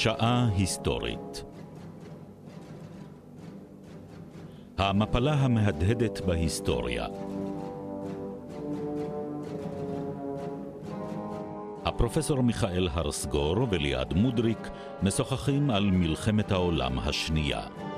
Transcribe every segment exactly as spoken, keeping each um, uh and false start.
שעה היסטורית. המפלה המהדהדת בהיסטוריה. הפרופסור מיכאל הרסגור וליעד מודריק משוחחים על מלחמת העולם השנייה.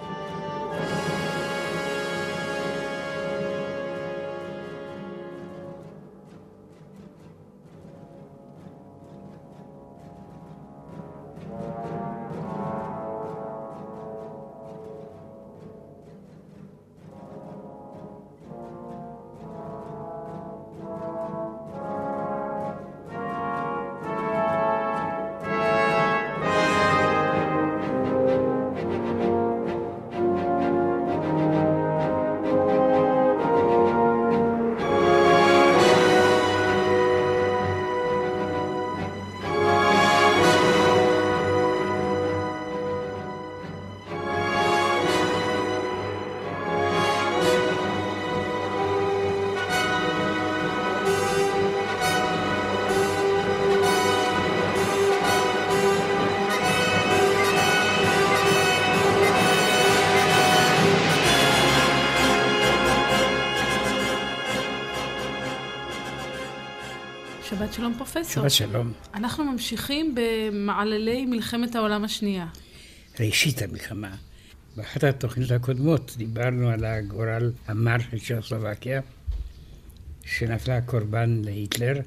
שבת שלום פרופסור. שבת שלום. אנחנו ממשיכים במעללי מלחמת העולם השנייה. ראשית המלחמה. באחת התוכניות הקודמות דיברנו על הגורל המר של צ'כוסלובקיה, שנפלה קורבן להיטלר,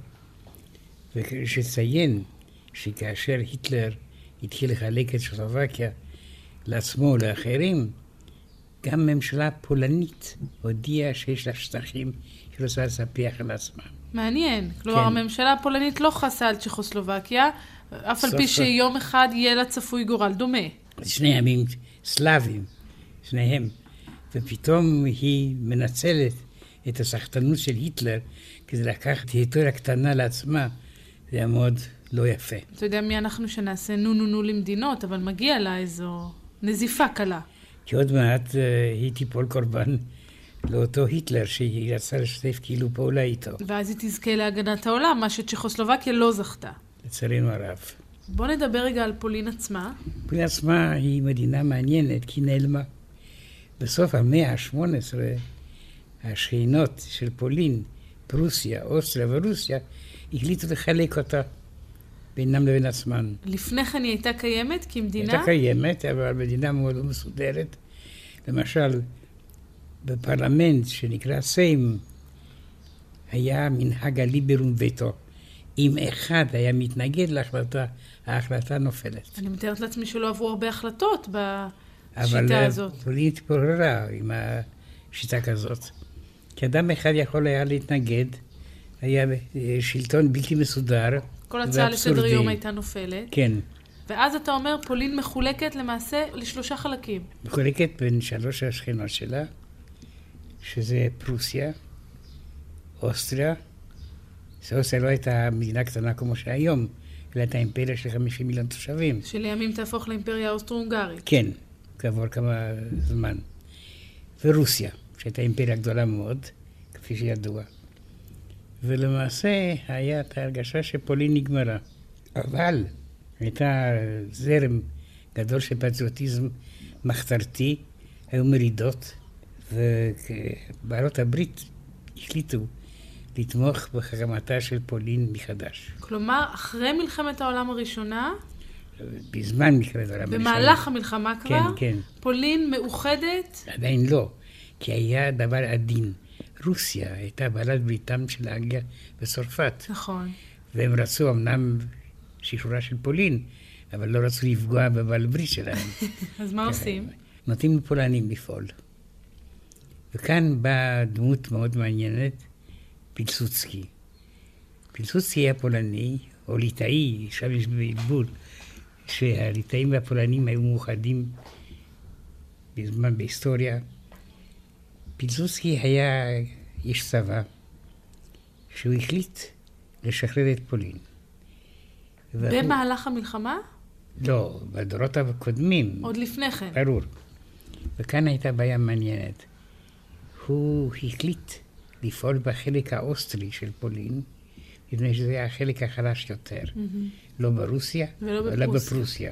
ויש לציין שכאשר היטלר התחיל לחלק את צ'כוסלובקיה לעצמו ולאחרים, גם ממשלה פולנית הודיעה שיש לה שטחים שהיא רוצה לספח על עצמה. מעניין. כלומר, כן. הממשלה הפולנית לא חסה על צ'כוסלובקיה, אף על פי שיום אחד יהיה לה צפוי גורל דומה. שני עמים סלאבים, שניהם. ופתאום היא מנצלת את הסחטנות של היטלר כדי לקחת היטלר הקטנה לעצמה. זה היה מאוד לא יפה. אתה יודע מי אנחנו שנעשה נו נו נו למדינות, אבל מגיע לה איזו נזיפה קלה. כי עוד מעט uh, היא תיפול קורבן לאותו היטלר שהיא רצה לשתף כאילו פעולה איתו. ואז היא תזכה להגנת העולם, מה שצ'כוסלובקיה לא זכתה. לצערנו הרב. בוא נדבר רגע על פולין עצמה. פולין עצמה היא מדינה מעניינת, כי נעלמה. בסוף המאה ה-שמונה עשרה, השכנות של פולין, פרוסיה, אוסטריה ורוסיה, החליטו לחלק אותה בינם לבין עצמן. לפני כן היא הייתה קיימת כמדינה? הייתה קיימת, אבל מדינה מאוד לא מסודרת. למשל, בפרלמנט שנקרא סיים, היה מנהג הליברום וטו. אם אחד היה מתנגד להחלטה, ההחלטה נופלת. אני מתארת לעצמי שלא עברו הרבה החלטות בשיטה אבל הזאת. אבל פולין התפוררה עם השיטה כזאת. כי אדם אחד יכול היה להתנגד, היה שלטון בלתי מסודר. כל הצעה לסדר יום הייתה נופלת. כן. ואז אתה אומר, פולין מחולקת למעשה לשלושה חלקים. מחולקת בין שלוש השכנות שלה, שזה פרוסיה, אוסטריה. אוסטריה לא הייתה מדינה קטנה כמו שהיום, אלא הייתה אימפריה של חמישים מיליון תושבים. שלימים תהפוך לאימפריה האוסטרו-הונגרית. כן, כעבור כמה זמן. ורוסיה, שהייתה אימפריה גדולה מאוד, כפי שידוע. ולמעשה היה את ההרגשה שפולין נגמרה. אבל הייתה זרם גדול של פטריוטיזם מחתרתי, היו מרידות, ובעלות הברית החליטו לתמוך בהקמתה של פולין מחדש. כלומר, אחרי מלחמת העולם הראשונה, בזמן מלחמת העולם הראשונה. במהלך המלחמה כבר, כן, כן. פולין מאוחדת? עדיין לא, כי היה דבר עדין. רוסיה הייתה בעלת בריתם של אנגליה וצרפת. נכון. והם רצו אמנם שחרורה של פולין, אבל לא רצו לפגוע בבעל ברית שלהם. אז מה עושים? נותנים לפולנים לפעול. וכאן באה דמות מאוד מעניינת, פילסוצקי. פילסוצקי היה פולני, או ליטאי, שם יש בלבול, שהליטאים והפולנים היו מאוחדים בזמן בהיסטוריה. פילסוצקי היה איש צבא, שהוא החליט לשחרר את פולין. במהלך המלחמה? לא, בדורות הקודמים. עוד לפני כן. ברור. וכאן הייתה בעיה מעניינת. הוא החליט לפעול בחלק האוסטרי של פולין, מפני שזה היה החלק החלש יותר. Mm-hmm. לא ברוסיה, ולא אלא בפרוסיה. בפרוסיה.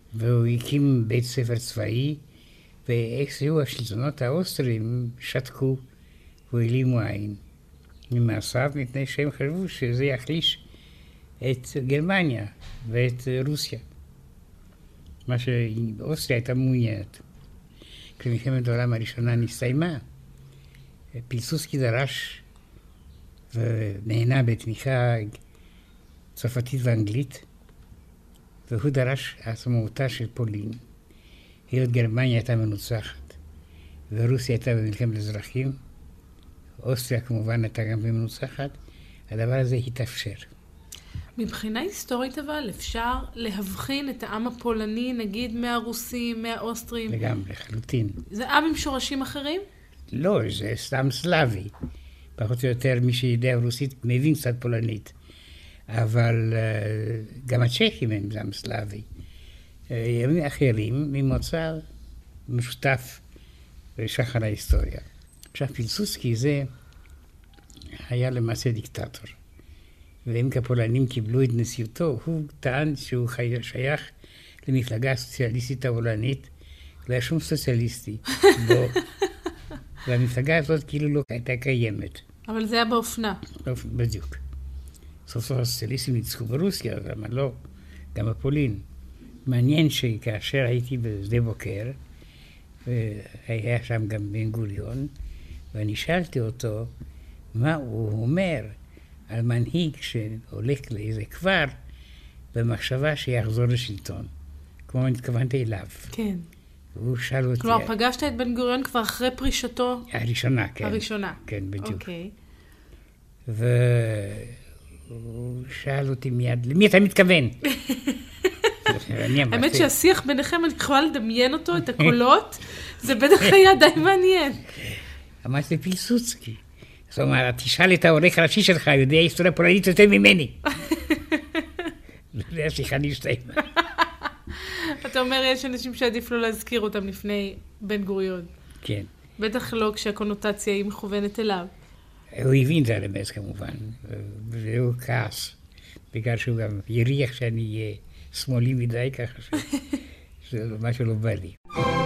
והוא הקים בית ספר צבאי, ואיכשהו השלטונות האוסטרים שתקו והעלימו עין ממעשיו, מפני שהם חשבו שזה יחליש את גרמניה ואת רוסיה. מה שאוסטריה הייתה מעוניינת. כשמלחמת העולם הראשונה נסתיימה, פילסודסקי דרש ונהנה בתמיכה צרפתית ואנגלית, והוא דרש עצמאותה של פולין. היות גרמניה הייתה מנוצחת, ורוסיה הייתה במלחמת אזרחים, אוסטריה כמובן הייתה גם במנוצחת, הדבר הזה התאפשר. מבחינה היסטורית אבל אפשר להבחין את העם הפולני, נגיד מהרוסים, מהאוסטרים? לגמרי, לחלוטין. זה עם עם שורשים אחרים? לא, זה סתם סלאבי. פחות או יותר מי שיודע רוסית מבין קצת פולנית. אבל uh, גם הצ'כים הם גם סלאבי. הם uh, אחרים ממוצא משותף בשחר ההיסטוריה. עכשיו, פילסודסקי זה היה למעשה דיקטטור. ואם כפולנים קיבלו את נשיאותו, הוא טען שהוא שייך למפלגה הסוציאליסטית הפולנית, לא היה שום סוציאליסטי בו. והמפלגה הזאת כאילו לא הייתה קיימת. אבל זה היה באופנה. בדיוק. סוף סוף הסוציאליסטים ניצחו ברוסיה, אבל לא, גם בפולין. מעניין שכאשר הייתי בשדה בוקר, והיה שם גם בן גוריון, ואני שאלתי אותו מה הוא אומר על מנהיג שהולך לאיזה כפר במחשבה שיחזור לשלטון. כמו התכוונתי אליו. כן. והוא שאל אותי... כלומר, פגשת את בן גוריון כבר אחרי פרישתו? הראשונה, כן. הראשונה. כן, בדיוק. אוקיי. והוא שאל אותי מיד, למי אתה מתכוון? האמת שהשיח ביניכם, אני יכולה לדמיין אותו, את הקולות, זה בטח היה די מעניין. אמרתי פילסודסקי. זאת אומרת, תשאל את העורך הראשי שלך, יודע היסטוריה פולנית יותר ממני. זה השיחה נשתיימה. אתה אומר, יש אנשים שעדיף לא להזכיר אותם לפני בן גוריון. כן. בטח לא כשהקונוטציה היא מכוונת אליו. הוא הבין את הרמז כמובן, והוא כעס, בגלל שהוא גם יריח שאני אהיה שמאלי מדי, ככה שזה משהו לא בא לי.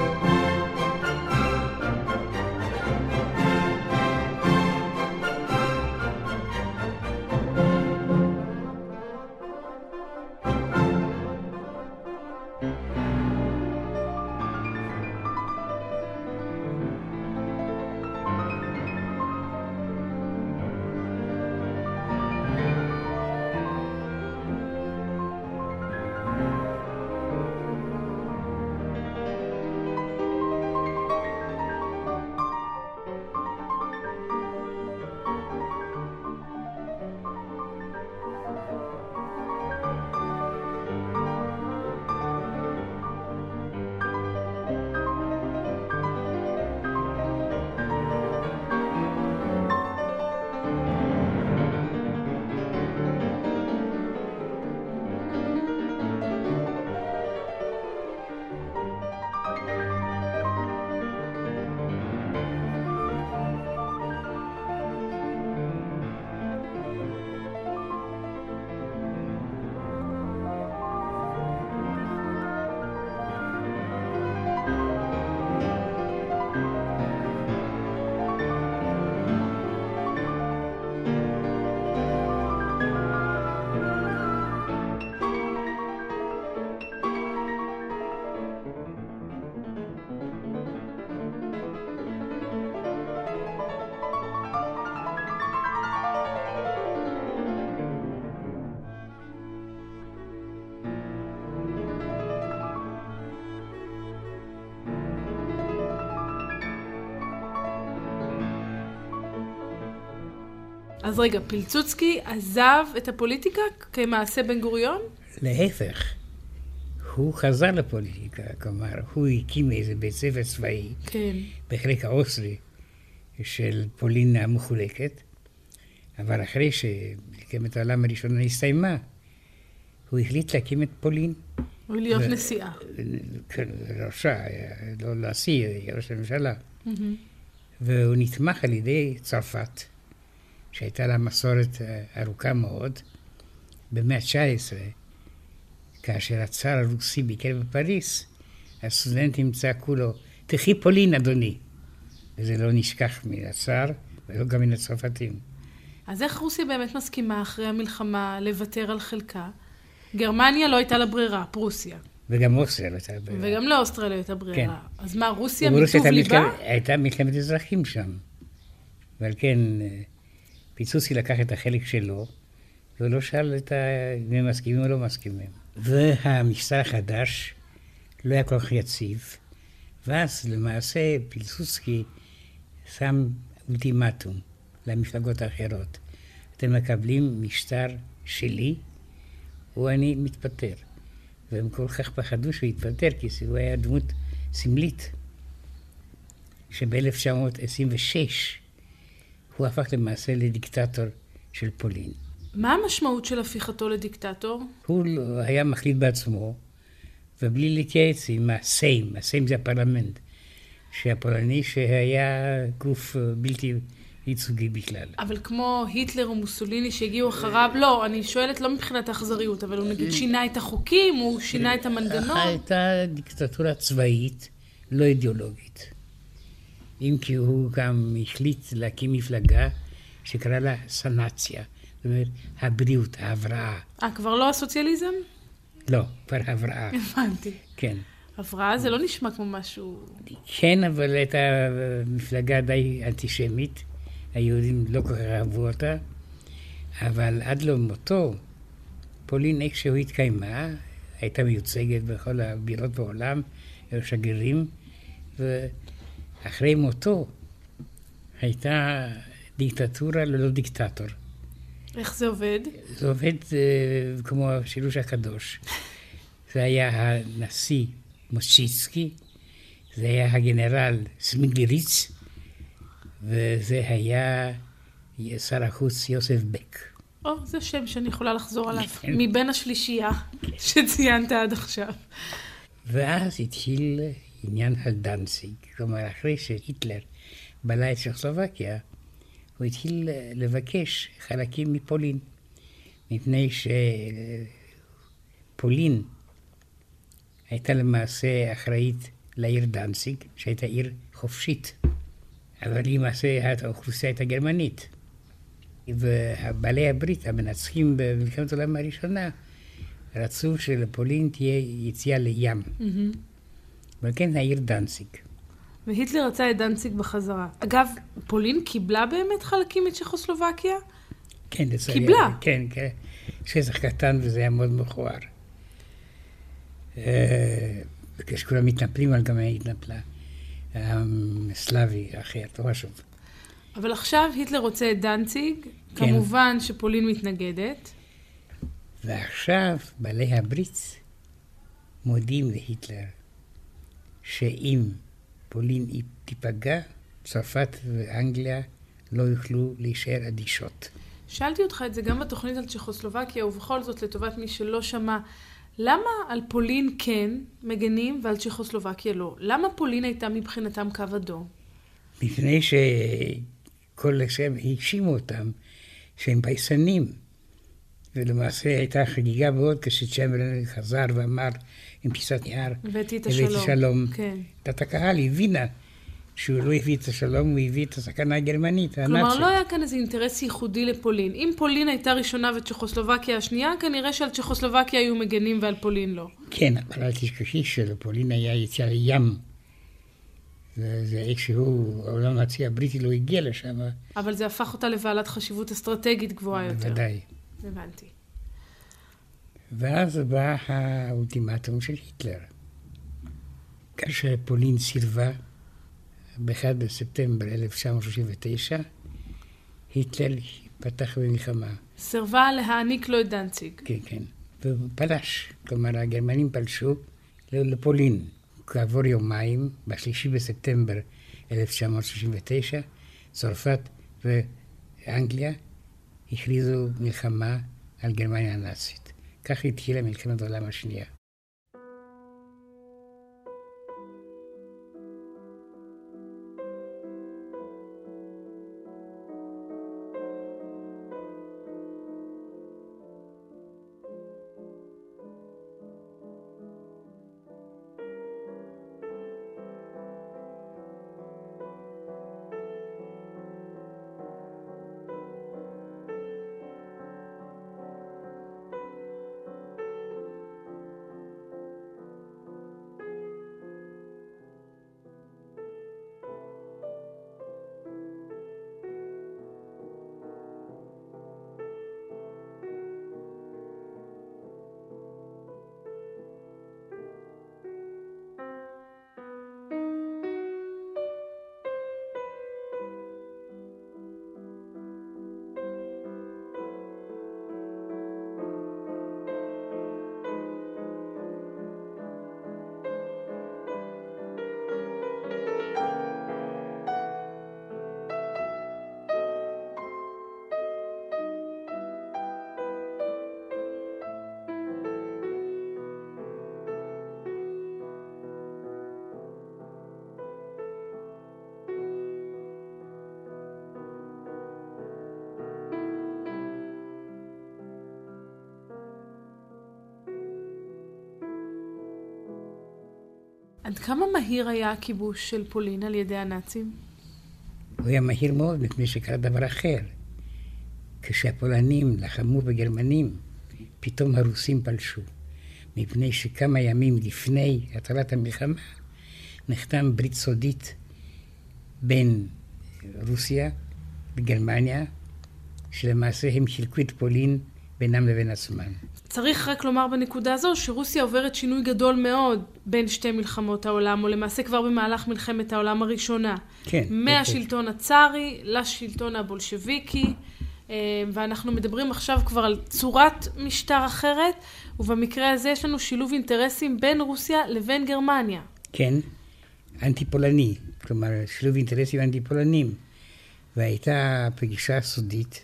אז רגע, פילסודסקי עזב את הפוליטיקה כמעשה בן גוריון? להפך, הוא חזר לפוליטיקה, כלומר, הוא הקים איזה בית ספר צבאי, כן. בחלק האוסטרי של פולין המחולקת, אבל אחרי שמלחמת העולם הראשונה הסתיימה, הוא החליט להקים את פולין. הוא להיות ו... נשיאה. כן, ראשה, לא להשיא, ראש הממשלה. Mm-hmm. והוא נתמך על ידי צרפת, שהייתה לה מסורת ארוכה מאוד, במאה ה-תשע עשרה, כאשר הצאר הרוסי ביקר בפריס, הסטודנטים צעקו לו, תחי פולין, אדוני. וזה לא נשכח מן הצאר, ולא גם מן הצרפתים. אז איך רוסיה באמת מסכימה אחרי המלחמה לוותר על חלקה? גרמניה לא הייתה לה ברירה, פרוסיה. וגם אוסטריה לא הייתה לה ברירה. וגם לאוסטריה לא הייתה ברירה. כן. אז מה, רוסיה מטוב ליבה? מלחמת, הייתה מלחמת אזרחים שם. ועל כן, פיצוצי לקח את החלק שלו, ולא שאל את ה... אם הם מסכימים או לא מסכימים. והמשטר החדש לא היה כל כך יציב, ואז למעשה פילסודסקי שם אולטימטום למפלגות האחרות. אתם מקבלים משטר שלי, או אני מתפטר. והם כל כך פחדו שהוא יתפטר, כי הוא היה דמות סמלית, שב-אלף תשע מאות עשרים ושש הוא הפך למעשה לדיקטטור של פולין. מה המשמעות של הפיכתו לדיקטטור? הוא היה מחליט בעצמו, ובלי להתייעץ עם הסיים, הסיים זה הפרלמנט, שהפולני שהיה גוף בלתי ייצוגי בכלל. אבל כמו היטלר או מוסוליני שהגיעו אחריו, לא, אני שואלת לא מבחינת האכזריות, אבל הוא נגיד שינה את החוקים, הוא שינה את המנגנון. הייתה דיקטטורה צבאית, לא אידיאולוגית. אם כי הוא גם החליט להקים מפלגה שקרא לה סנאציה, זאת אומרת, הבריאות, ההבראה. אה, כבר לא הסוציאליזם? לא, כבר הבראה. הבנתי. כן. הבראה זה לא נשמע כמו משהו... כן, אבל הייתה מפלגה די אנטישמית. היהודים לא כל כך אהבו אותה. אבל עד למותו, פולין איכשהו התקיימה, הייתה מיוצגת בכל הבירות בעולם, היו שגרירים, ואחרי מותו הייתה דיקטטורה ללא דיקטטור. איך זה עובד? זה עובד uh, כמו השילוש הקדוש. זה היה הנשיא מושיצקי, זה היה הגנרל סמיגליריץ, וזה היה שר החוץ יוסף בק. או, זה שם שאני יכולה לחזור עליו, מבין השלישייה שציינת עד עכשיו. ואז התחיל עניין על דנציג, כלומר אחרי שהיטלר בלע את צ'כוסלובקיה, הוא התחיל לבקש חלקים מפולין, מפני שפולין הייתה למעשה אחראית לעיר דנציג, שהייתה עיר חופשית, אבל היא למעשה האוכלוסייה הייתה גרמנית. ובעלי הברית, המנצחים במלחמת העולם הראשונה, רצו שלפולין תהיה יציאה לים. Mm-hmm. וכן העיר דנציג. והיטלר רצה את דנציג בחזרה. אגב, פולין קיבלה באמת חלקים מצ'כוסלובקיה? כן, זה קיבלה. היה, כן, כן. שטח קטן וזה היה מאוד מכוער. כשכולם מתנפלים על גם היא התנפלה. סלאבי אחר, לא חשוב. אבל עכשיו היטלר רוצה את דנציג, כן. כמובן שפולין מתנגדת. ועכשיו בעלי הברית מודיעים להיטלר שאם פולין תיפגע, צרפת ואנגליה לא יוכלו להישאר אדישות. שאלתי אותך את זה גם בתוכנית על צ'כוסלובקיה, ובכל זאת לטובת מי שלא שמע, למה על פולין כן מגנים ועל צ'כוסלובקיה לא? למה פולין הייתה מבחינתם קו אדום? מפני שכל השם האשימו אותם שהם פייסנים. ולמעשה הייתה חגיגה מאוד כשצ'מברלן חזר ואמר עם פיסת נייר, הבאתי את השלום. שלום. כן. את הקהל הבינה שהוא לא הביא את השלום, הוא הביא את הסכנה הגרמנית, הנאצית. כלומר, לא היה כאן איזה אינטרס ייחודי לפולין. אם פולין הייתה ראשונה וצ'כוסלובקיה השנייה, כנראה שעל צ'כוסלובקיה היו מגנים ועל פולין לא. כן, אבל אל תשכחי שלפולין היה יציאה לים. זה, זה איכשהו, העולם הצי הבריטי לא הגיע לשם. אבל זה הפך אותה לבעלת חשיבות אסטרטגית גבוהה יותר. בוודאי. הבנתי. ואז בא האולטימטום של היטלר. כאשר פולין סירבה, ב-אחד בספטמבר אלף תשע מאות שלושים ותשע, היטלר פתח במלחמה. סירבה להעניק לו את דנציג. כן, כן. ופלש. כלומר, הגרמנים פלשו לפולין. כעבור יומיים, בשלישי בספטמבר אלף תשע מאות שלושים ותשע, צרפת ואנגליה הכריזו מלחמה על גרמניה הנאצית. כך התחילה מלחמת העולם השנייה. עד כמה מהיר היה הכיבוש של פולין על ידי הנאצים? הוא היה מהיר מאוד, מפני שקרה דבר אחר. כשהפולנים לחמו בגרמנים, פתאום הרוסים פלשו. מפני שכמה ימים לפני התחלת המלחמה, נחתם ברית סודית בין רוסיה וגרמניה, שלמעשה הם חילקו את פולין בינם לבין עצמם. צריך רק לומר בנקודה הזו שרוסיה עוברת שינוי גדול מאוד בין שתי מלחמות העולם, או למעשה כבר במהלך מלחמת העולם הראשונה. כן. מהשלטון הצארי לשלטון הבולשביקי, ואנחנו מדברים עכשיו כבר על צורת משטר אחרת, ובמקרה הזה יש לנו שילוב אינטרסים בין רוסיה לבין גרמניה. כן, אנטי-פולני, כלומר שילוב אינטרסים אנטי-פולנים. והייתה פגישה סודית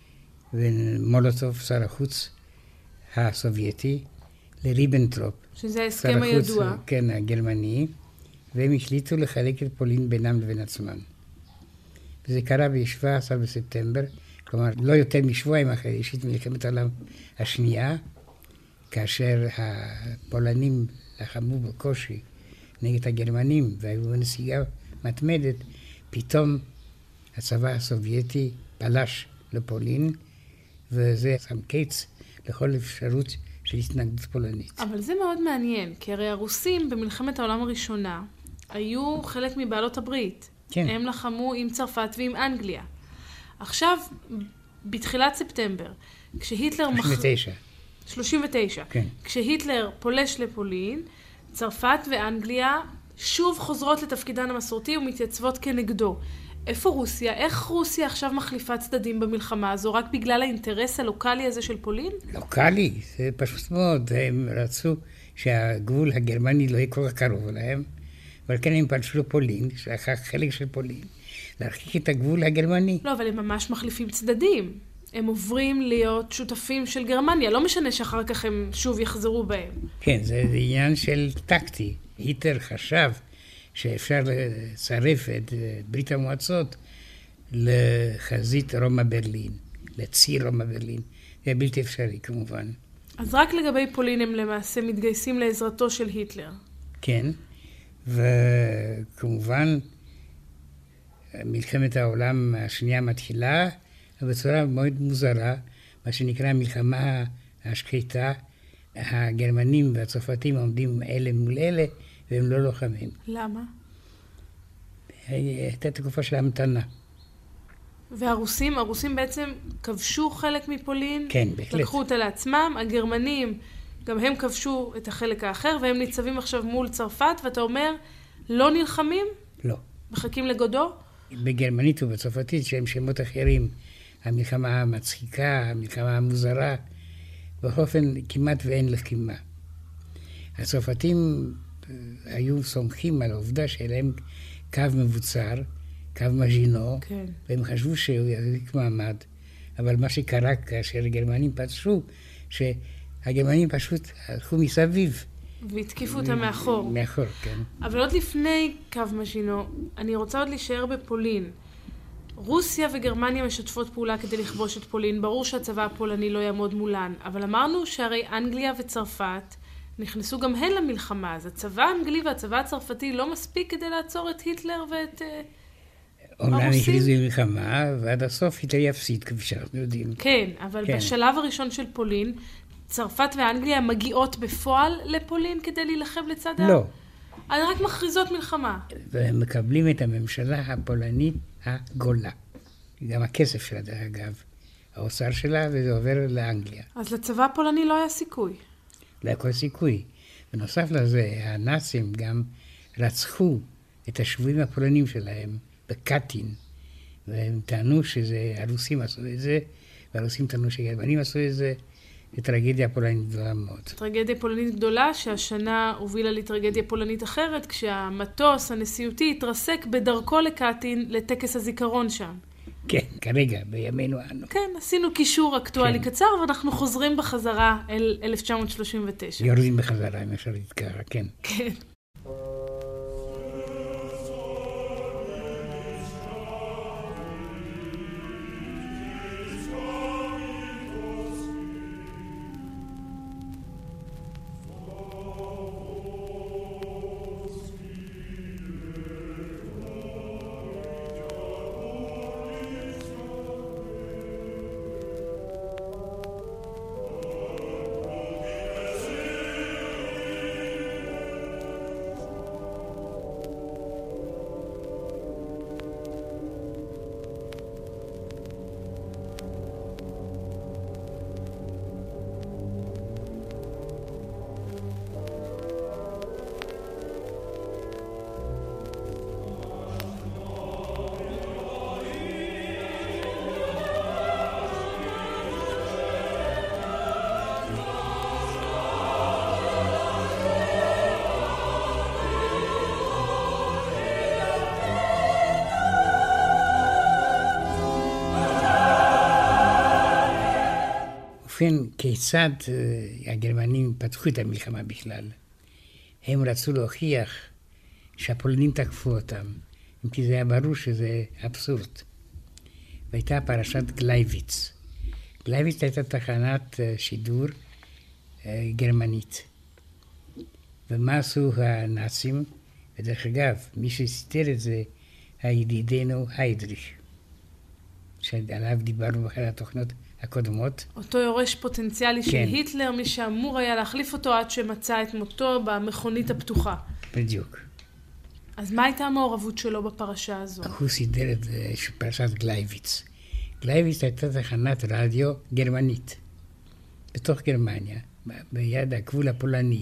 בין מולוטוב, שר החוץ הסובייטי, לריבנטרופ. שזה ההסכם הידוע. החוץ, כן, הגרמני, והם החליטו לחלק את פולין בינם לבין עצמם. וזה קרה ב-שבעה עשר בספטמבר, כלומר לא יותר משבועיים אחרי ראשית מלחמת העולם השנייה, כאשר הפולנים לחמו בקושי נגד הגרמנים והיו בנסיגה מתמדת, פתאום הצבא הסובייטי פלש לפולין, וזה שם קץ לכל אפשרות של התנגדות פולנית. אבל זה מאוד מעניין, כי הרי הרוסים במלחמת העולם הראשונה היו חלק מבעלות הברית. כן. הם לחמו עם צרפת ועם אנגליה. עכשיו, בתחילת ספטמבר, כשהיטלר... שלושים ותשע. שלושים ותשע. כן. כשהיטלר פולש לפולין, צרפת ואנגליה שוב חוזרות לתפקידן המסורתי ומתייצבות כנגדו. איפה רוסיה? איך רוסיה עכשיו מחליפה צדדים במלחמה הזו? רק בגלל האינטרס הלוקלי הזה של פולין? לוקלי? זה פשוט מאוד. הם רצו שהגבול הגרמני לא יהיה כל כך קרוב להם, אבל כן הם פלשו לפולין, שאחר חלק של פולין, להרחיק את הגבול הגרמני. לא, אבל הם ממש מחליפים צדדים. הם עוברים להיות שותפים של גרמניה. לא משנה שאחר כך הם שוב יחזרו בהם. כן, זה עניין של טקטי. היטלר חשב שאפשר לצרף את ברית המועצות לחזית רומא-ברלין, לציר רומא-ברלין. זה בלתי אפשרי כמובן. אז רק לגבי פולין הם למעשה מתגייסים לעזרתו של היטלר. כן, וכמובן מלחמת העולם השנייה מתחילה בצורה מאוד מוזרה, מה שנקרא מלחמה השקטה. הגרמנים והצרפתים עומדים אלה מול אלה, והם לא לוחמים. למה? הייתה תקופה של המתנה. והרוסים, הרוסים בעצם כבשו חלק מפולין? כן, בהחלט. לקחו אותה לעצמם, הגרמנים, גם הם כבשו את החלק האחר, והם ניצבים עכשיו מול צרפת, ואתה אומר, לא נלחמים? לא. מחכים לגודו? בגרמנית ובצרפתית, שהם שמות אחרים, המלחמה המצחיקה, המלחמה המוזרה, באופן כמעט ואין לחימה. הצרפתים היו סומכים על העובדה שלהם קו מבוצר, קו מז'ינו, כן. והם חשבו שהוא יחזיק מעמד. אבל מה שקרה כאשר הגרמנים פצשו, שהגרמנים פשוט הלכו מסביב. והתקיפו אותם מאחור. מאחור, כן. אבל עוד לפני קו מז'ינו, אני רוצה עוד להישאר בפולין. רוסיה וגרמניה משתפות פעולה כדי לכבוש את פולין. ברור שהצבא הפולני לא יעמוד מולן, אבל אמרנו שהרי אנגליה וצרפת נכנסו גם הן למלחמה. אז הצבא האנגלי והצבא הצרפתי לא מספיק כדי לעצור את היטלר ואת הרוסים? אומנם הכריזו מלחמה, ועד הסוף היטלר יפסיד, כפי שאנחנו יודעים. כן, אבל כן. בשלב הראשון של פולין, צרפת ואנגליה מגיעות בפועל לפולין כדי להילחם לצד ה... לא. אז רק מכריזות מלחמה. והם מקבלים את הממשלה הפולנית הגולה. גם הכסף שלה, דרך אגב, האוצר שלה, וזה עובר לאנגליה. אז לצבא הפולני לא היה סיכוי. לא היה כל סיכוי. בנוסף לזה, הנאצים גם רצחו את השבויים הפולנים שלהם בקטין, והם טענו שזה, הרוסים עשו את זה, והרוסים טענו שהגרמנים עשו את זה, זו טרגדיה פולנית גדולה מאוד. טרגדיה פולנית גדולה שהשנה הובילה לטרגדיה פולנית אחרת, כשהמטוס הנשיאותי התרסק בדרכו לקטין לטקס הזיכרון שם. כן, כרגע, בימינו אנו. כן, עשינו קישור אקטואלי כן. קצר, ואנחנו חוזרים בחזרה אל אלף תשע מאות שלושים ותשע. יורדים בחזרה, אם אפשר להתקרא, כן. כן. ובכן, כיצד הגרמנים פתחו את המלחמה בכלל? הם רצו להוכיח שהפולנים תקפו אותם, כי זה היה ברור שזה אבסורד. והייתה פרשת גלייביץ. גלייביץ הייתה תחנת שידור גרמנית. ומה עשו הנאצים? ודרך אגב, מי שסיתר את זה, הידידנו היידריך, שעליו דיברנו באחת התוכנות הקודמות. אותו יורש פוטנציאלי כן. של היטלר, מי שאמור היה להחליף אותו עד שמצא את מותו במכונית הפתוחה. בדיוק. אז מה הייתה המעורבות שלו בפרשה הזו? הוא סידר את פרשת גלייביץ. גלייביץ הייתה תחנת רדיו גרמנית, בתוך גרמניה, ביד הגבול הפולני.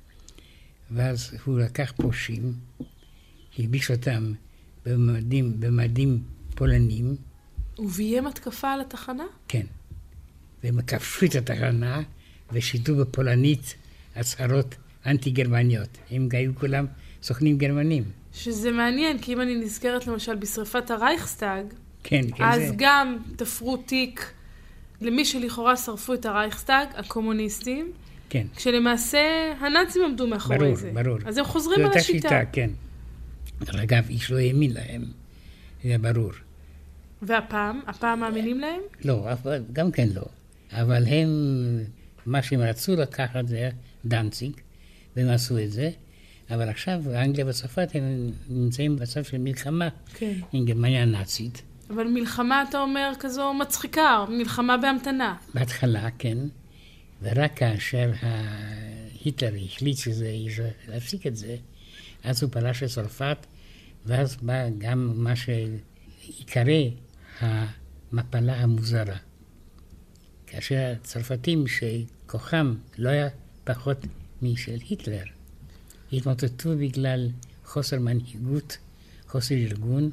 ואז הוא לקח פושעים, הלביש אותם במדים, במדים פולנים. וביים התקפה על התחנה? כן. והם כבשו את התחנה ושידרו בפולנית הצהרות אנטי-גרמניות. הם היו כולם סוכנים גרמנים. שזה מעניין, כי אם אני נזכרת למשל בשריפת הרייכסטאג, כן, כן אז זה. גם תפרו תיק למי שלכאורה שרפו את הרייכסטאג, הקומוניסטים, כן. כשלמעשה הנאצים עמדו מאחורי ברור, זה. ברור. אז הם חוזרים על השיטה. שיטה, כן. אגב, איש לא האמין להם, זה ברור. והפעם? הפעם מאמינים להם? לא, גם כן לא. אבל הם, מה שהם רצו לקחת זה דנציג, והם עשו את זה, אבל עכשיו אנגליה וצרפת הם נמצאים במצב של מלחמה כן. עם גרמניה הנאצית. אבל מלחמה, אתה אומר, כזו מצחיקה, מלחמה בהמתנה. בהתחלה, כן. ורק כאשר היטלר החליט שזה להפסיק את זה, אז הוא פלש לצרפת, ואז בא גם מה שעיקרא המפלה המוזרה. כאשר הצרפתים שכוחם לא היה פחות משל היטלר, התמוטטו בגלל חוסר מנהיגות, חוסר ארגון,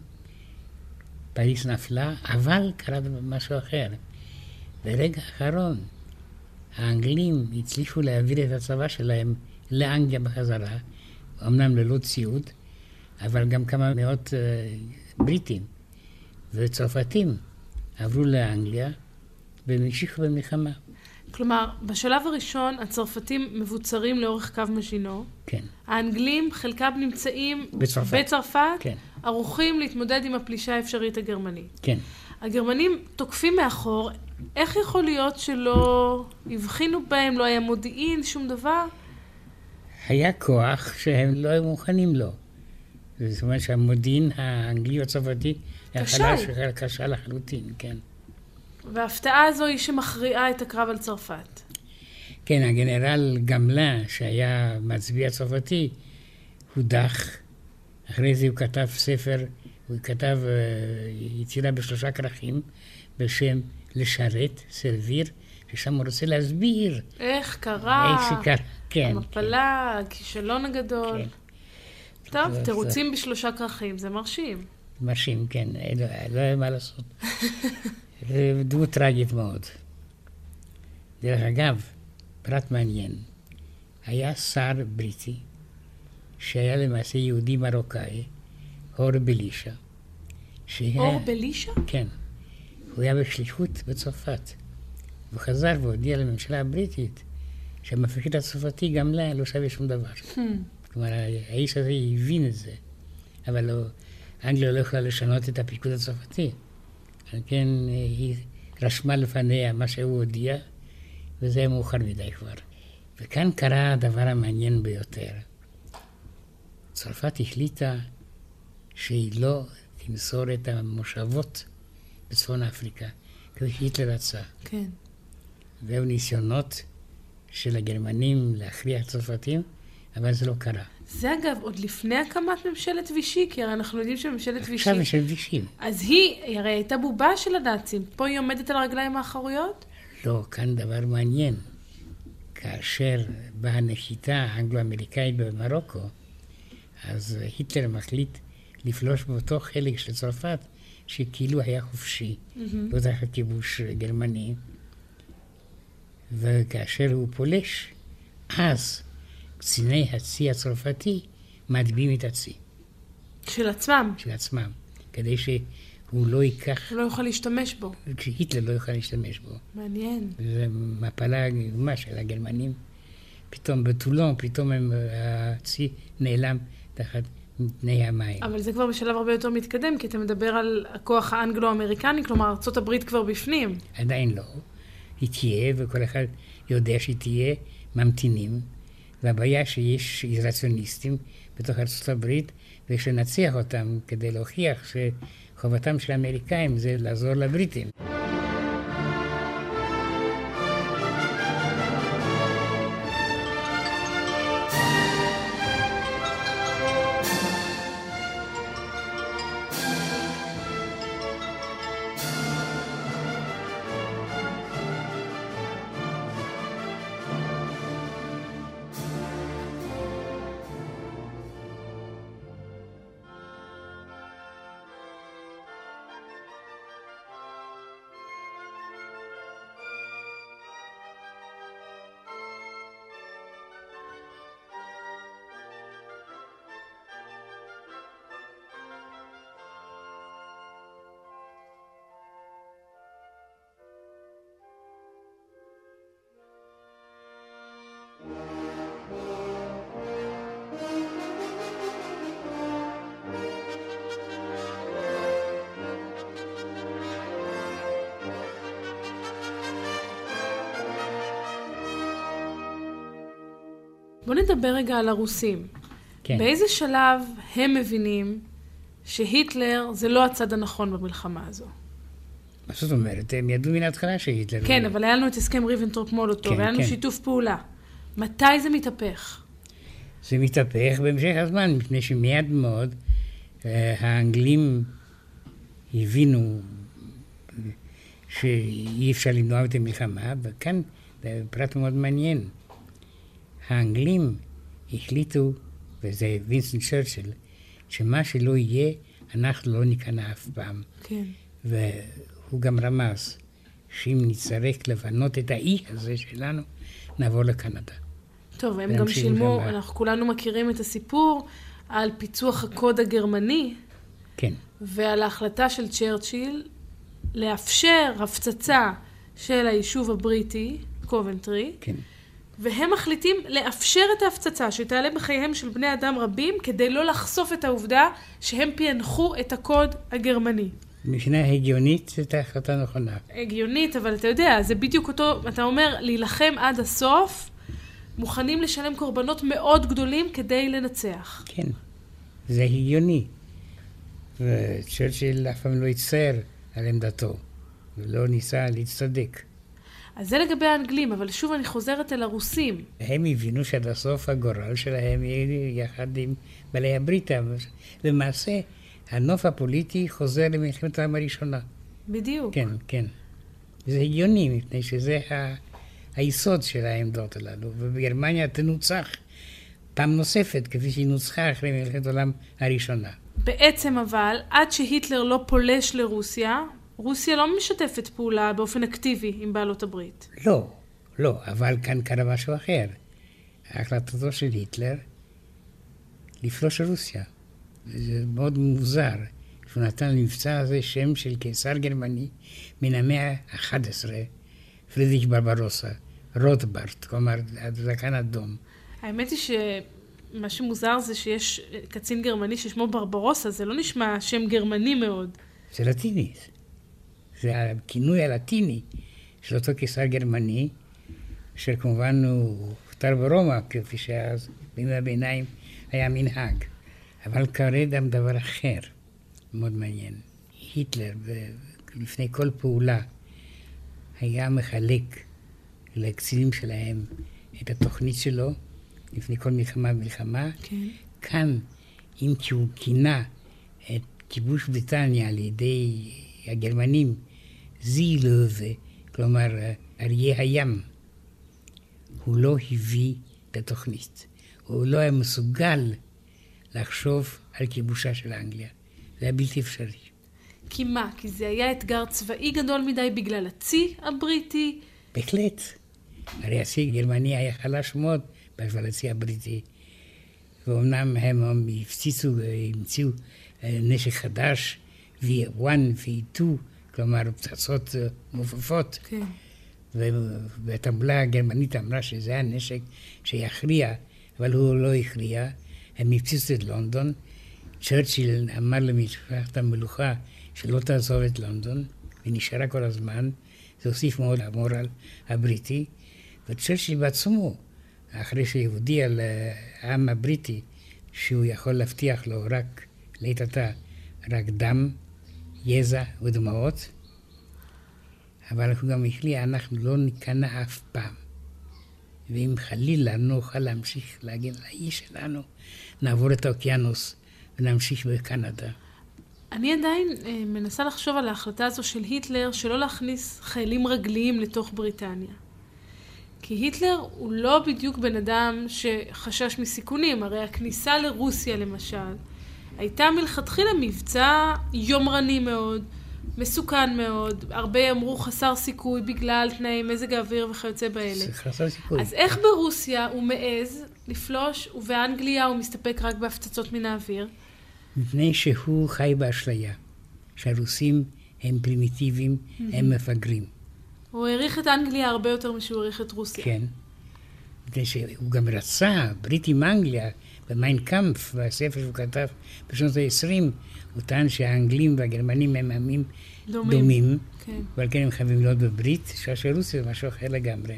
פריס נפלה, אבל קרה משהו אחר. ברגע האחרון, האנגלים הצליחו להעביר את הצבא שלהם לאנגליה בחזרה, אמנם ללא ציוד, אבל גם כמה מאות uh, בריטים וצרפתים עברו לאנגליה והמשיכו במלחמה. כלומר, בשלב הראשון הצרפתים מבוצרים לאורך קו מז'ינו. כן. האנגלים חלקם נמצאים בצרפת, בצרפת כן. ערוכים להתמודד עם הפלישה האפשרית הגרמנית. כן. הגרמנים תוקפים מאחור, איך יכול להיות שלא הבחינו בהם, לא היה מודיעין, שום דבר? היה כוח שהם לא היו מוכנים לו. זאת אומרת שהמודיעין האנגלי או הצרפתי היה חלש וקשה לחלוטין, כן. וההפתעה הזו היא שמכריעה את הקרב על צרפת. כן, הגנרל גמלה, שהיה מצביע צרפתי, הודח. אחרי זה הוא כתב ספר, הוא כתב uh, יצירה בשלושה כרכים, בשם לשרת, סרביר, ששם הוא רוצה להסביר. איך קרה? איך שקרה, כן. המפלה, כן. הכישלון הגדול. כן. טוב, זה, תירוצים זה... בשלושה כרכים, זה מרשים. מרשים, כן, לא, לא היה מה לעשות. זה דמות טרגית מאוד. דרך אגב, פרט מעניין, היה שר בריטי, שהיה למעשה יהודי מרוקאי, אור בלישה. שהיה... אור בלישה? כן. הוא היה בשליחות בצרפת. הוא חזר והודיע לממשלה הבריטית שהמפקד הצרפתי גם לה לא שווה שום דבר. Hmm. כלומר, האיש הזה הבין את זה, אבל לא, אנגליה לא יכולה לשנות את הפיקוד הצרפתי. כן, היא רשמה לפניה מה שהוא הודיע, וזה היה מאוחר מדי כבר. וכאן קרה הדבר המעניין ביותר. צרפת החליטה שהיא לא תמסור את המושבות בצפון אפריקה, כפי שהיטלר רצה. כן. והיו ניסיונות של הגרמנים להכריע הצרפתים, אבל זה לא קרה. זה אגב, עוד לפני הקמת ממשלת וישי, כי הרי אנחנו יודעים שממשלת וישי... עכשיו ממשלת וישי. אז היא, הרי הייתה בובה של הנאצים, פה היא עומדת על הרגליים האחוריות? לא, כאן דבר מעניין. כאשר באה הנחיתה האנגלו-אמריקאית במרוקו, אז היטלר מחליט לפלוש באותו חלק של צרפת, שכאילו היה חופשי, לא תחת כיבוש גרמני. וכאשר הוא פולש, אז קציני הצי הצרפתי מטביעים את הצי. של עצמם? של עצמם, כדי שהוא הוא לא ייקח... הוא לא יוכל להשתמש בו. כשהיטלר לא יוכל להשתמש בו. מעניין. זה מפלה גדומה של הגרמנים. פתאום בטולון, פתאום הם, הצי נעלם תחת פני המים. אבל זה כבר בשלב הרבה יותר מתקדם, כי אתה מדבר על הכוח האנגלו-אמריקני, כלומר, ארצות הברית כבר בפנים. עדיין לא. היא תהיה, וכל אחד יודע שהיא תהיה, ממתינים. והבעיה שיש איזולציוניסטים בתוך ארצות הברית, ויש לנצח אותם כדי להוכיח שחובתם של האמריקאים זה לעזור לבריטים. בוא נדבר רגע על הרוסים. כן. באיזה שלב הם מבינים שהיטלר זה לא הצד הנכון במלחמה הזו? מה זאת אומרת? הם ידעו מן ההתחלה שהיטלר... כן, אבל היה לנו את הסכם ריבנטרופ-מולוטוב, כן, היה לנו כן. שיתוף פעולה. מתי זה מתהפך? זה מתהפך בהמשך הזמן, מפני שמיד מאוד האנגלים הבינו שאי אפשר למנוע את המלחמה, וכאן זה פרט מאוד מעניין. האנגלים החליטו, וזה וינסטון צ'רצ'יל, שמה שלא יהיה, אנחנו לא ניכנע אף פעם. כן. והוא גם רמז, שאם נצטרך לבנות את האי הזה שלנו, נעבור לקנדה. טוב, הם גם שילמו, אנחנו כולנו מכירים את הסיפור, על פיצוח הקוד הגרמני, כן. ועל ההחלטה של צ'רצ'יל לאפשר הפצצה של היישוב הבריטי, קובנטרי, כן. והם מחליטים לאפשר את ההפצצה שתעלה בחייהם של בני אדם רבים, כדי לא לחשוף את העובדה שהם פענחו את הקוד הגרמני. מבחינה הגיונית זאת החלטה נכונה. הגיונית, אבל אתה יודע, זה בדיוק אותו, אתה אומר, להילחם עד הסוף, מוכנים לשלם קורבנות מאוד גדולים כדי לנצח. כן, זה הגיוני. וצ'רצ'יל אף פעם לא יצטער על עמדתו, ולא ניסה להצטדק. אז זה לגבי האנגלים, אבל שוב אני חוזרת אל הרוסים. הם הבינו שעד הסוף הגורל שלהם יהיה יחד עם בעלי הברית. למעשה, הנוף הפוליטי חוזר למלחמת העולם הראשונה. בדיוק. כן, כן. זה הגיוני, מפני שזה ה... היסוד של העמדות הללו. ובגרמניה תנוצח פעם נוספת, כפי שהיא נוצחה אחרי מלחמת העולם הראשונה. בעצם אבל, עד שהיטלר לא פולש לרוסיה, רוסיה לא משתפת פעולה באופן אקטיבי עם בעלות הברית. לא, לא, אבל כאן קרה משהו אחר. ההחלטתו של היטלר לפלוש לרוסיה. זה מאוד מוזר. שהוא נתן למבצע הזה שם של קיסר גרמני מן המאה ה-אחת עשרה, פרידריך ברברוסה, רוטברט, כלומר, הזקן אדום. האמת היא שמה שמוזר זה שיש קצין גרמני ששמו ברברוסה, זה לא נשמע שם גרמני מאוד. זה לטיני. זה הכינוי הלטיני של אותו קיסר גרמני, שכמובן הוא הוכתר ברומא, כפי שאז בימי הביניים היה מנהג. אבל קרה גם דבר אחר, מאוד מעניין. היטלר, לפני כל פעולה, היה מחלק לקצינים שלהם את התוכנית שלו, לפני כל מלחמה ומלחמה. כן. כאן, אם כי הוא כינה את כיבוש בריטניה על ידי הגרמנים, זילובה, כלומר אריה הים, הוא לא הביא את התוכנית. הוא לא היה מסוגל לחשוב על כיבושה של אנגליה. זה היה בלתי אפשרי. כי מה? כי זה היה אתגר צבאי גדול מדי בגלל הצי הבריטי? בהחלט. הרי הצי הגרמני היה חלש מאוד בהשוואה לצי הבריטי. ואומנם הם הפציצו, המציאו נשק חדש, וי וואן וי טו, כלומר פצצות מופפות. כן. והתעמולה הגרמנית אמרה שזה היה נשק שיכריע, אבל הוא לא הכריע. הם הפציצו את לונדון. צ'רצ'יל אמר למשפחת המלוכה שלא תעזוב את לונדון, ונשארה כל הזמן. זה הוסיף מאוד למורל הבריטי. וצ'רצ'יל בעצמו, אחרי שהודיע לעם הבריטי שהוא יכול להבטיח לו רק לעת עתה, רק דם, יזע ודמעות, אבל הוא גם החליט, אנחנו לא ניכנע אף פעם. ואם חלילה נוכל להמשיך להגן על האיש שלנו, נעבור את האוקיינוס ונמשיך בקנדה. אני עדיין אה, מנסה לחשוב על ההחלטה הזו של היטלר שלא להכניס חיילים רגליים לתוך בריטניה. כי היטלר הוא לא בדיוק בן אדם שחשש מסיכונים, הרי הכניסה לרוסיה למשל הייתה מלכתחילה מבצע יומרני מאוד, מסוכן מאוד, הרבה אמרו חסר סיכוי בגלל תנאי מזג האוויר וכיוצא באלה. חסר סיכוי. אז איך ברוסיה הוא מעז לפלוש ובאנגליה הוא מסתפק רק בהפצצות מן האוויר? מפני שהוא חי באשליה, שהרוסים הם פרימיטיביים, mm-hmm. הם מפגרים. הוא העריך את אנגליה הרבה יותר משהוא העריך את רוסיה. כן. מפני שהוא גם רצה, ברית עם אנגליה, במיין קאמפף, בספר שהוא כתב בשנות ה-עשרים, הוא טען שהאנגלים והגרמנים הם עמים דומים, דומים כן. אבל כן הם חייבים להיות בברית, שרוסיה זה משהו אחר לגמרי.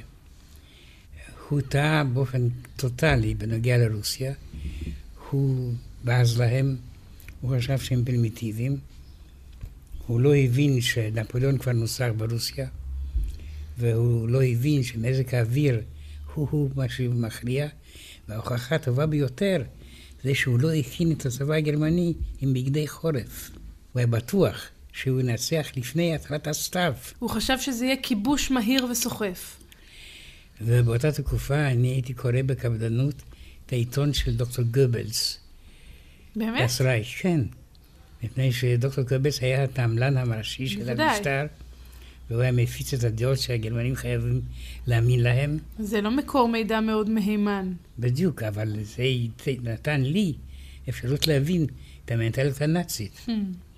הוא טעה באופן טוטלי בנוגע לרוסיה, הוא בז להם, הוא חשב שהם פרימיטיביים, הוא לא הבין שנפוליאון כבר נוסח ברוסיה, והוא לא הבין שמזג האוויר הוא מה שמכריע, וההוכחה הטובה ביותר זה שהוא לא הכין את הצבא הגרמני עם בגדי חורף. הוא היה בטוח שהוא ינצח לפני התחלת הסתיו. הוא חשב שזה יהיה כיבוש מהיר וסוחף. ובאותה תקופה אני הייתי קורא בקפדנות את העיתון של דוקטור גובלס. באמת? דס רייך, כן. מפני שדוקטור גובלס היה התעמלן הראשי של המשטר, והוא היה מפיץ את הדעות שהגרמנים חייבים להאמין להם. זה לא מקור מידע מאוד מהימן. בדיוק, אבל זה נתן לי אפשרות להבין את המנטליות הנאצית. Hmm.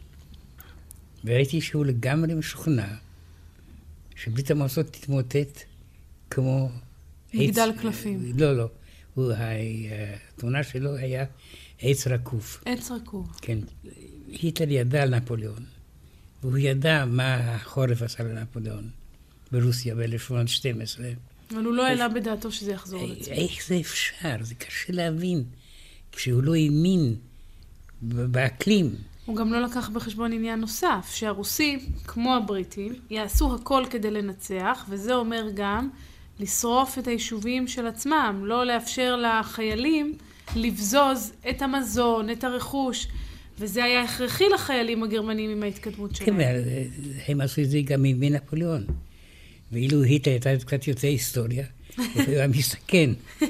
וראיתי שהוא לגמרי משוכנע שברית המועצות תתמוטט כמו... מגדל קלפים. לא, לא. הוא, התמונה שלו היה עץ רקוף. עץ רקוף. כן. היטלר ידע על נפוליאון. והוא ידע מה החורף עשה לנפוליאון ברוסיה ב-אלף שמונה מאות ושתים עשרה. אבל הוא לא העלה בדעתו שזה יחזור על עצמו. איך זה אפשר? זה קשה להבין. כשהוא לא האמין באקלים. הוא גם לא לקח בחשבון עניין נוסף, שהרוסים, כמו הבריטים, יעשו הכל כדי לנצח, וזה אומר גם לשרוף את היישובים של עצמם, לא לאפשר לחיילים לבזוז את המזון, את הרכוש, וזה היה הכרחי לחיילים הגרמנים עם ההתקדמות שלהם. כן, הם עשו את זה גם עם נפוליאון. ואילו היטלר הייתה קצת יוצא היסטוריה, הוא היה מסתכן.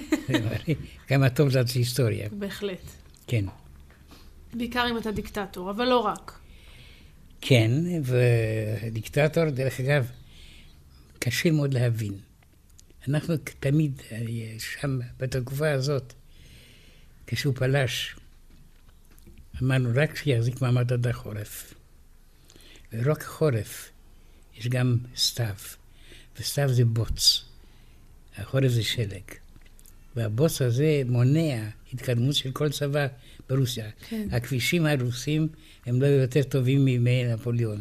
כמה טוב זה היסטוריה. בהחלט. כן. בעיקר אם אתה דיקטטור, אבל לא רק. כן, ודיקטטור, דרך אגב, קשה מאוד להבין. אנחנו תמיד שם, בתקופה הזאת, כשהוא פלש, אמרנו רק שיחזיק מעמד עד החורף. ורק החורף, יש גם סתיו, וסתיו זה בוץ. החורף זה שלג. והבוץ הזה מונע התקדמות של כל צבא ברוסיה. כן. הכבישים הרוסים הם לא יותר טובים מימי נפוליאון.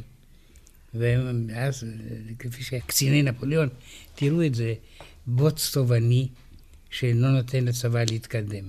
ואז, כפי שקציני נפוליאון, תראו את זה, בוץ תובעני שלא נותן לצבא להתקדם.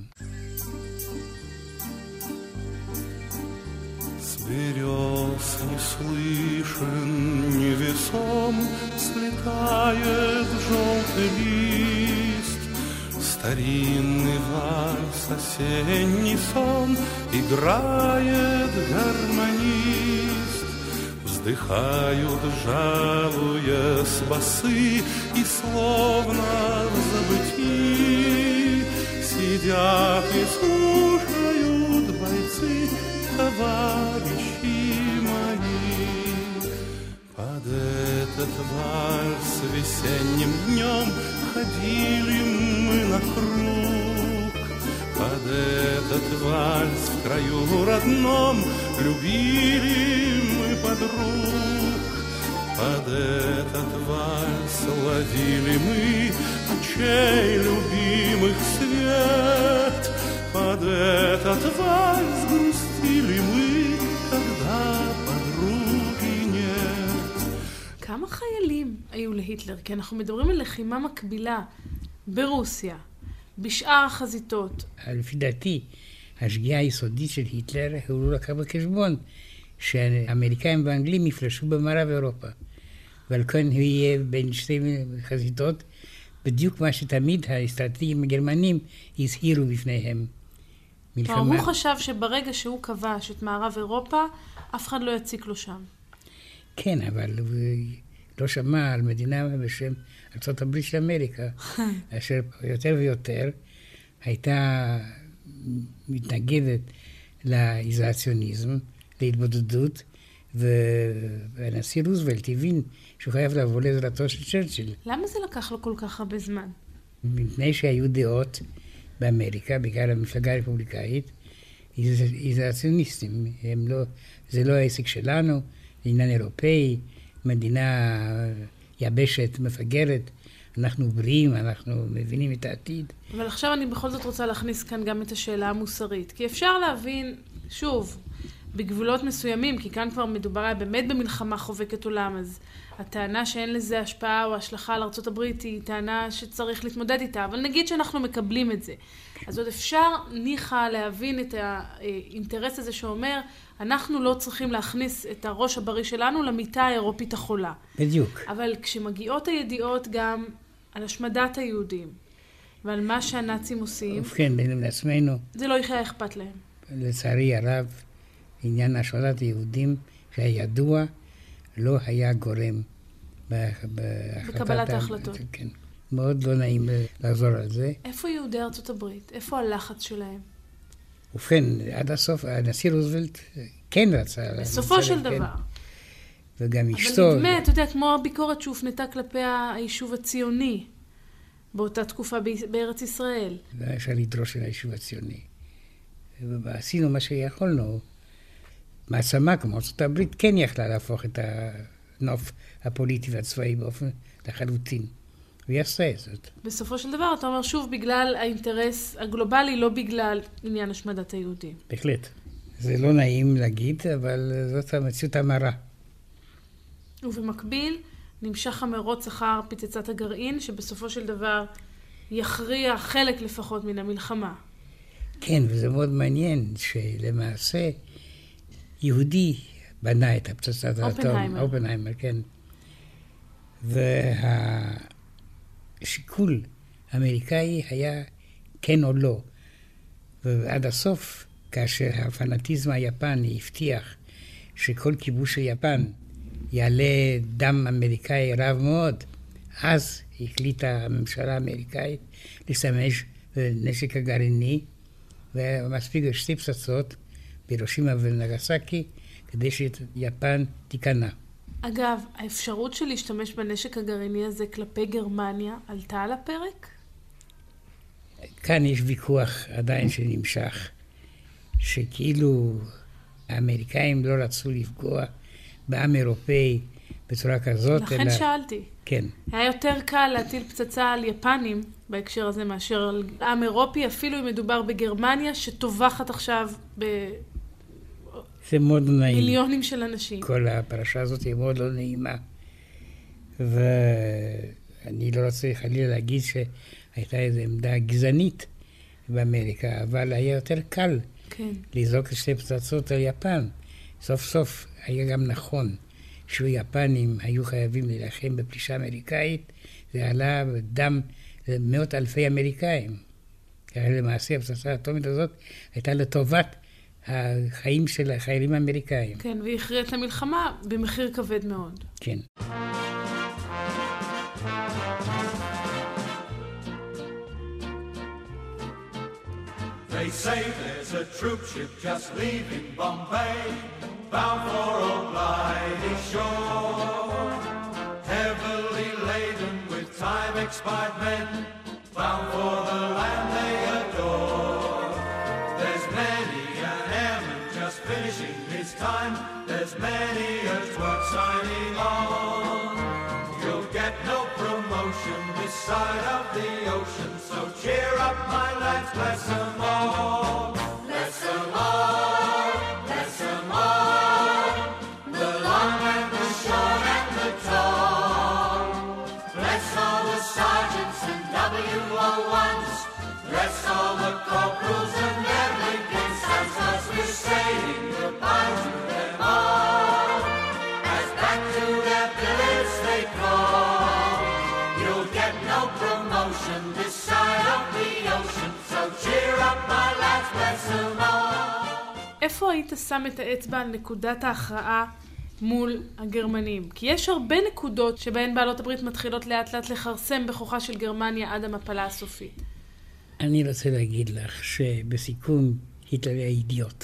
Берез не слышен, невесом слетает желтый лист. Старинный вальс, осенний сон, играет гармонист. Вздыхают, жалуясь басы, и словно в забытии сидят и слушают бойцы, товарищи мои. Под этот вальс весенним днем ходили мы на круг. Под этот вальс в краю родном любили мы ходили мы, очей любимых свет. Под этот вальс грустили мы, когда подруги нет. כמה חיילים היו להיטלר? כי אנחנו מדברים על לחימה מקבילה ברוסיה, בשאר החזיתות. לפי דעתי, השגיאה היסודית של היטלר הוא לא לקח בחשבון שהאמריקאים והאנגלים יפלשו במערב אירופה. ועל כן הוא יהיה בין שתי חזיתות, בדיוק מה שתמיד האסטרטגים הגרמנים הזהירו בפניהם. מלחמה... הוא חשב שברגע שהוא כבש את מערב אירופה, אף אחד לא יציק לו שם. כן, אבל הוא לא שמע על מדינה בשם ארצות הברית של אמריקה, אשר יותר ויותר הייתה מתנגדת לאיזולציוניזם, להתבודדות, והנשיא רוזוולט הבין שהוא חייב לבוא לעזרתו של צ'רצ'יל. למה זה לקח לו כל כך הרבה זמן? מפני שהיו דעות באמריקה, בעיקר המפלגה הרפובליקאית, איזולציוניסטים. לא, זה לא העסק שלנו, זה עניין אירופאי, מדינה יבשת, מפגרת, אנחנו בריאים, אנחנו מבינים את העתיד. אבל עכשיו אני בכל זאת רוצה להכניס כאן גם את השאלה המוסרית, כי אפשר להבין, שוב, בגבולות מסוימים, כי כאן כבר מדובר באמת במלחמה חובקת עולם, אז הטענה שאין לזה השפעה או השלכה על ארצות הברית היא טענה שצריך להתמודד איתה, אבל נגיד שאנחנו מקבלים את זה. אז עוד אפשר ניחא להבין את האינטרס הזה שאומר, אנחנו לא צריכים להכניס את הראש הבריא שלנו למיטה האירופית החולה. בדיוק. אבל כשמגיעות הידיעות גם על השמדת היהודים, ועל מה שהנאצים עושים, ובכן, בין לעצמנו, זה לא יהיה אכפת להם. לצערי הרב, עניין השמדת היהודים שהיה ידוע, לא היה גורם בקבלת ההחלטות. כן. מאוד לא נעים לחזור על זה. איפה יהודי ארצות הברית? איפה הלחץ שלהם? ובכן, עד הסוף, הנשיא רוזוולט כן רצה. בסופו של דבר. וגם אשתו. אבל נדמה, אתה יודע, כמו הביקורת שהופנתה כלפי היישוב הציוני, באותה תקופה בארץ ישראל. לא אפשר לדרוש על היישוב הציוני. ועשינו מה שיכולנו. מעצמה, כמו ארצות הברית, כן יכלה להפוך את הנוף הפוליטי והצבאי באופן לחלוטין. והיא עשה את זאת. בסופו של דבר, אתה אומר שוב, בגלל האינטרס הגלובלי, לא בגלל עניין השמדת היהודים. בהחלט. זה לא נעים להגיד, אבל זאת המציאות המרה. ובמקביל, נמשך המרוץ אחר פצצת הגרעין, שבסופו של דבר יכריע חלק לפחות מן המלחמה. כן, וזה מאוד מעניין שלמעשה יהודי בנה את הפצצת האטום. אופנהיימר. אופנהיימר, כן. והשיקול האמריקאי היה כן או לא. ועד הסוף, כאשר הפנאטיזם היפני הבטיח שכל כיבוש של יפן יעלה דם אמריקאי רב מאוד, אז החליטה הממשלה האמריקאית להשתמש בנשק הגרעיני, ומספיק שתי פצצות בהירושימה ונגסקי, כדי שיפן תיכנע. אגב, האפשרות של להשתמש בנשק הגרעיני הזה כלפי גרמניה עלתה על הפרק? כאן יש ויכוח עדיין שנמשך, שכאילו האמריקאים לא רצו לפגוע בעם אירופאי בצורה כזאת. לכן אלא... שאלתי. כן. היה יותר קל להטיל פצצה על יפנים בהקשר הזה מאשר על עם אירופי, אפילו אם מדובר בגרמניה שטובחת עכשיו ב... זה מאוד נעים. מיליונים של אנשים. כל הפרשה הזאת היא מאוד לא נעימה. ואני לא רוצה חלילה להגיד שהייתה איזו עמדה גזענית באמריקה, אבל היה יותר קל כן. לזרוק שתי פצצות על יפן. סוף סוף היה גם נכון שיפנים היו חייבים להילחם בפלישה אמריקאית, זה עלה בדם מאות אלפי אמריקאים. למעשה הפצצה האטומית הזאת הייתה לטובת החיים של החיילים האמריקאים. כן, והכריע את המלחמה במחיר כבד מאוד. כן. They say there's a troop ship just leaving Bombay, bound for a mighty shore, heavily laden with time-expired men, bound for the land they adore. There's many an airman just finishing his time, there's many a twerk signing on. You'll get no promotion promotion this side of the ocean. So cheer up, my lads, bless them all. Bless them all, bless them all. The long and the short and the tall. Bless all the sergeants and W O ones. Bless all the corporals and their Lincoln sons, 'cause we're saying goodbye to them all. As back to their billets they call. You'll get no promotion this side of the ocean. So cheer up, my lads, bless them all. איפה היית שם את האצבע על נקודת ההכרעה מול הגרמנים? כי יש הרבה נקודות שבהן בעלות הברית מתחילות לאט לאט לחרסם בכוחה של גרמניה עד המפלה הסופית. אני רוצה להגיד לך שבסיכום היטלר היה אידיוט.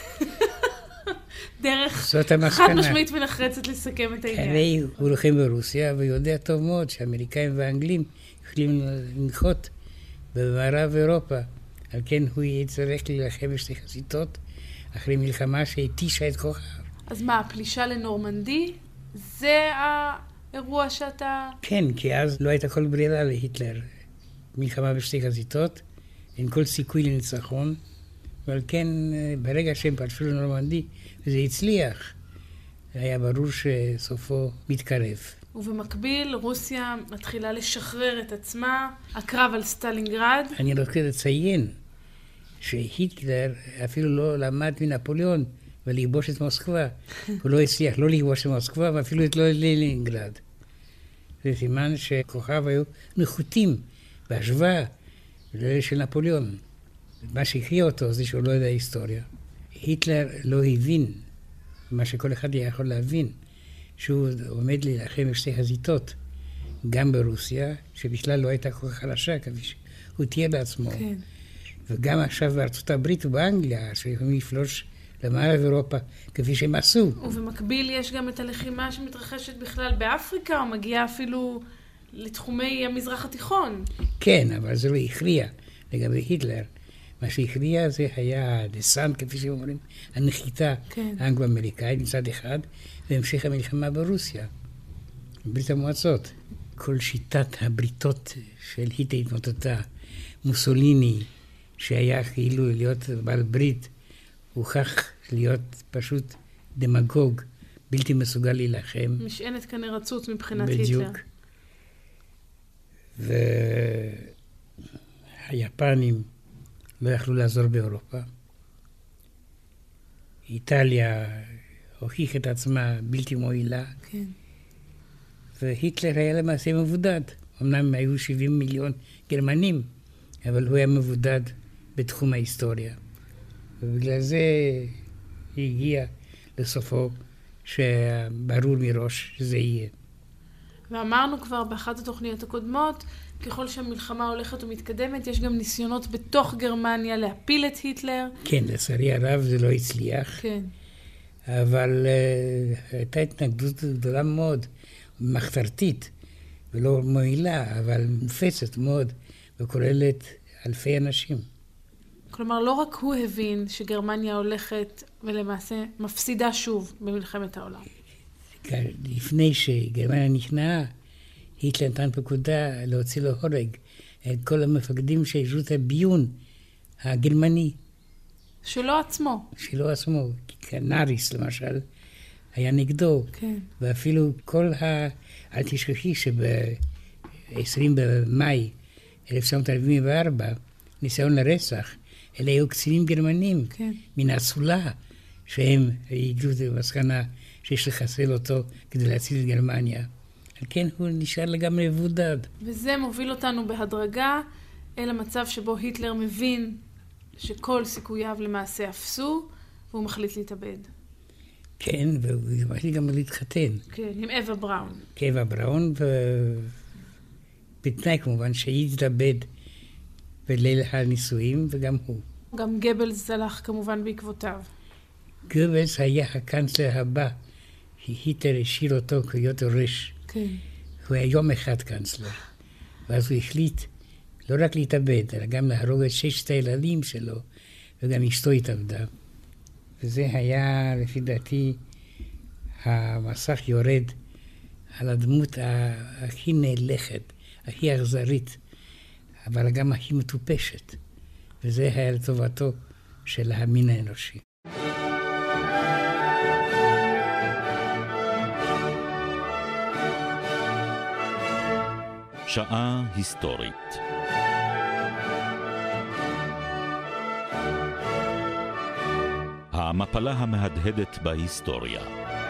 דרך המסקנה. חד משמעית ונחרצת לסכם את העניין. הרי הוא לוחם ברוסיה ויודע טוב מאוד שהאמריקאים והאנגלים יכולים לנחות במערב אירופה. על כן הוא יצטרך להילחם בשתי חזיתות אחרי מלחמה שהתישה את כוחו. אז מה, הפלישה לנורמנדי? זה האירוע שאתה... כן, כי אז לא הייתה כל ברירה להיטלר. מלחמה בשתי חזיתות, אין כל סיכוי לניצחון, ועל כן ברגע שהם פלשו לנורמנדי, וזה הצליח, היה ברור שסופו מתקרב. ובמקביל רוסיה מתחילה לשחרר את עצמה, הקרב על סטלינגרד. אני רוצה לציין שהיטלר אפילו לא למד מנפוליאון ולכבוש את מוסקבה. הוא לא הצליח לא לכבוש את מוסקבה ואפילו את לא לנינגרד. זה סימן שכוחיו היו נחותים בהשוואה לאלה של נפוליאון. מה שהכריע אותו זה שהוא לא יודע היסטוריה. היטלר לא הבין מה שכל אחד יכול להבין, שהוא עומד להילחם בשתי חזיתות, גם ברוסיה, שבכלל לא הייתה כל כך חלשה, כפי שהוא תהיה בעצמו. כן. וגם עכשיו בארצות הברית ובאנגליה, שיכולים לפלוש למערב אירופה, כפי שהם עשו. ובמקביל יש גם את הלחימה שמתרחשת בכלל באפריקה, או מגיעה אפילו לתחומי המזרח התיכון. כן, אבל זה לא הכריע לגבי היטלר. מה שהכריע זה היה הדסנט, כפי שאומרים, הנחיתה כן. האנגלו-אמריקאית מצד אחד, והמשך המלחמה ברוסיה, ברית המועצות. כל שיטת הבריתות של היטלר התמוטטה, מוסוליני, שהיה כאילו להיות בעל ברית, הוכח להיות פשוט דמגוג, בלתי מסוגל להילחם. משענת כנראה רצות מבחינת בדיוק. היטלר. והיפנים לא יכלו לעזור באירופה. איטליה הוכיח את עצמה בלתי מועילה. כן. והיטלר היה למעשה מבודד. אמנם היו שבעים מיליון גרמנים, אבל הוא היה מבודד בתחום ההיסטוריה. ובגלל זה הגיע לסופו שברור מראש שזה יהיה. ואמרנו כבר באחת התוכניות הקודמות, ככל שהמלחמה הולכת ומתקדמת, יש גם ניסיונות בתוך גרמניה להפיל את היטלר. כן, לצערי הרב זה לא הצליח. כן. אבל uh, הייתה התנגדות גדולה מאוד, מחתרתית, ולא מועילה, אבל מופצת מאוד, וכוללת אלפי אנשים. כלומר, לא רק הוא הבין שגרמניה הולכת ולמעשה מפסידה שוב במלחמת העולם. לפני שגרמניה נכנעה, היטלר נתן פקודה להוציא להורג את כל המפקדים של שירות הביון הגרמני. שלו עצמו. שלו עצמו. קנריס למשל היה נגדו. כן. ואפילו כל ה... אל תשכחי שב-עשרים במאי אלף תשע מאות ארבעים וארבע ניסיון לרצח, אלה היו קצינים גרמנים. כן. מן האצולה שהם הגיעו למסקנה שיש לחסל אותו כדי להציל את גרמניה. על כן הוא נשאר לגמרי מבודד. וזה מוביל אותנו בהדרגה אל המצב שבו היטלר מבין שכל סיכוייו למעשה אפסו, והוא מחליט להתאבד. כן, והוא מחליט גם להתחתן. כן, עם אווה בראון. אווה בראון, ובתנאי כמובן שהיא תתאבד בליל הנישואים, וגם הוא. גם גבלס הלך כמובן בעקבותיו. גבלס היה הקנצלר הבא, היטלר השאיר אותו כהיות ראש. כן. הוא היה יום אחד קנצלר. ואז הוא החליט לא רק להתאבד, אלא גם להרוג את ששת הילדים שלו, וגם אשתו התאבדה. וזה היה, לפי דעתי, המסך יורד על הדמות הכי נהלכת, הכי אכזרית, אבל גם הכי מטופשת. וזה היה לטובתו של המין האנושי. שעה היסטורית. המפלה המהדהדת בהיסטוריה.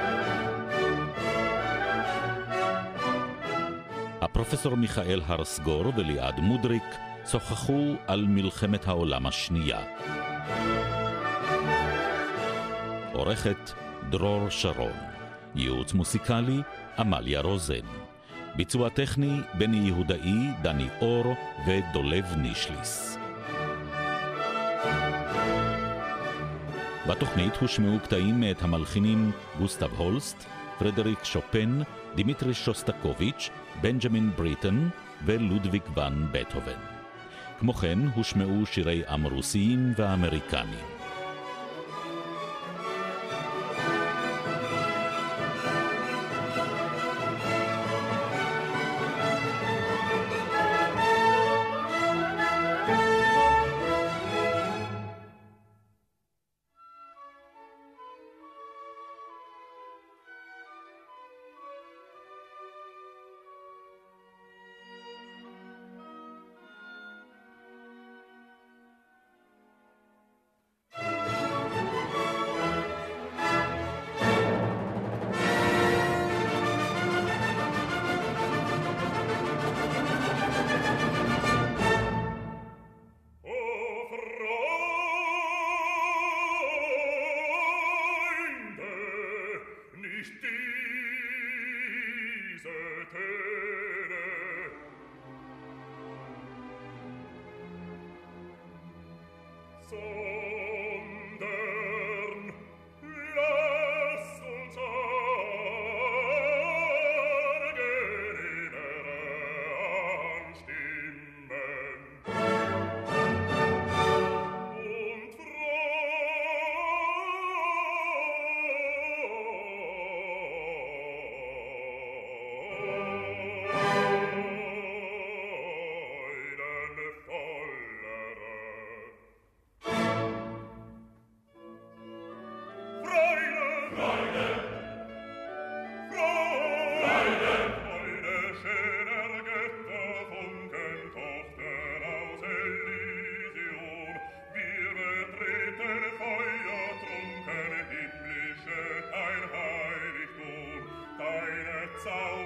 הפרופסור מיכאל הרסגור וליעד מודריק שוחחו על מלחמת העולם השנייה. עורכת דרור שרון. ייעוץ מוסיקלי עמליה רוזן. ביצוע טכני בני יהודאי, דני אור ודולב נישליס. בתוכנית הושמעו קטעים מאת המלחינים גוסטב הולסט, פרדריק שופן, דימיטרי שוסטקוביץ', בנג'מין בריטן ולודוויג ון בטהובן. כמו כן הושמעו שירי עם רוסיים ואמריקנים. Zauber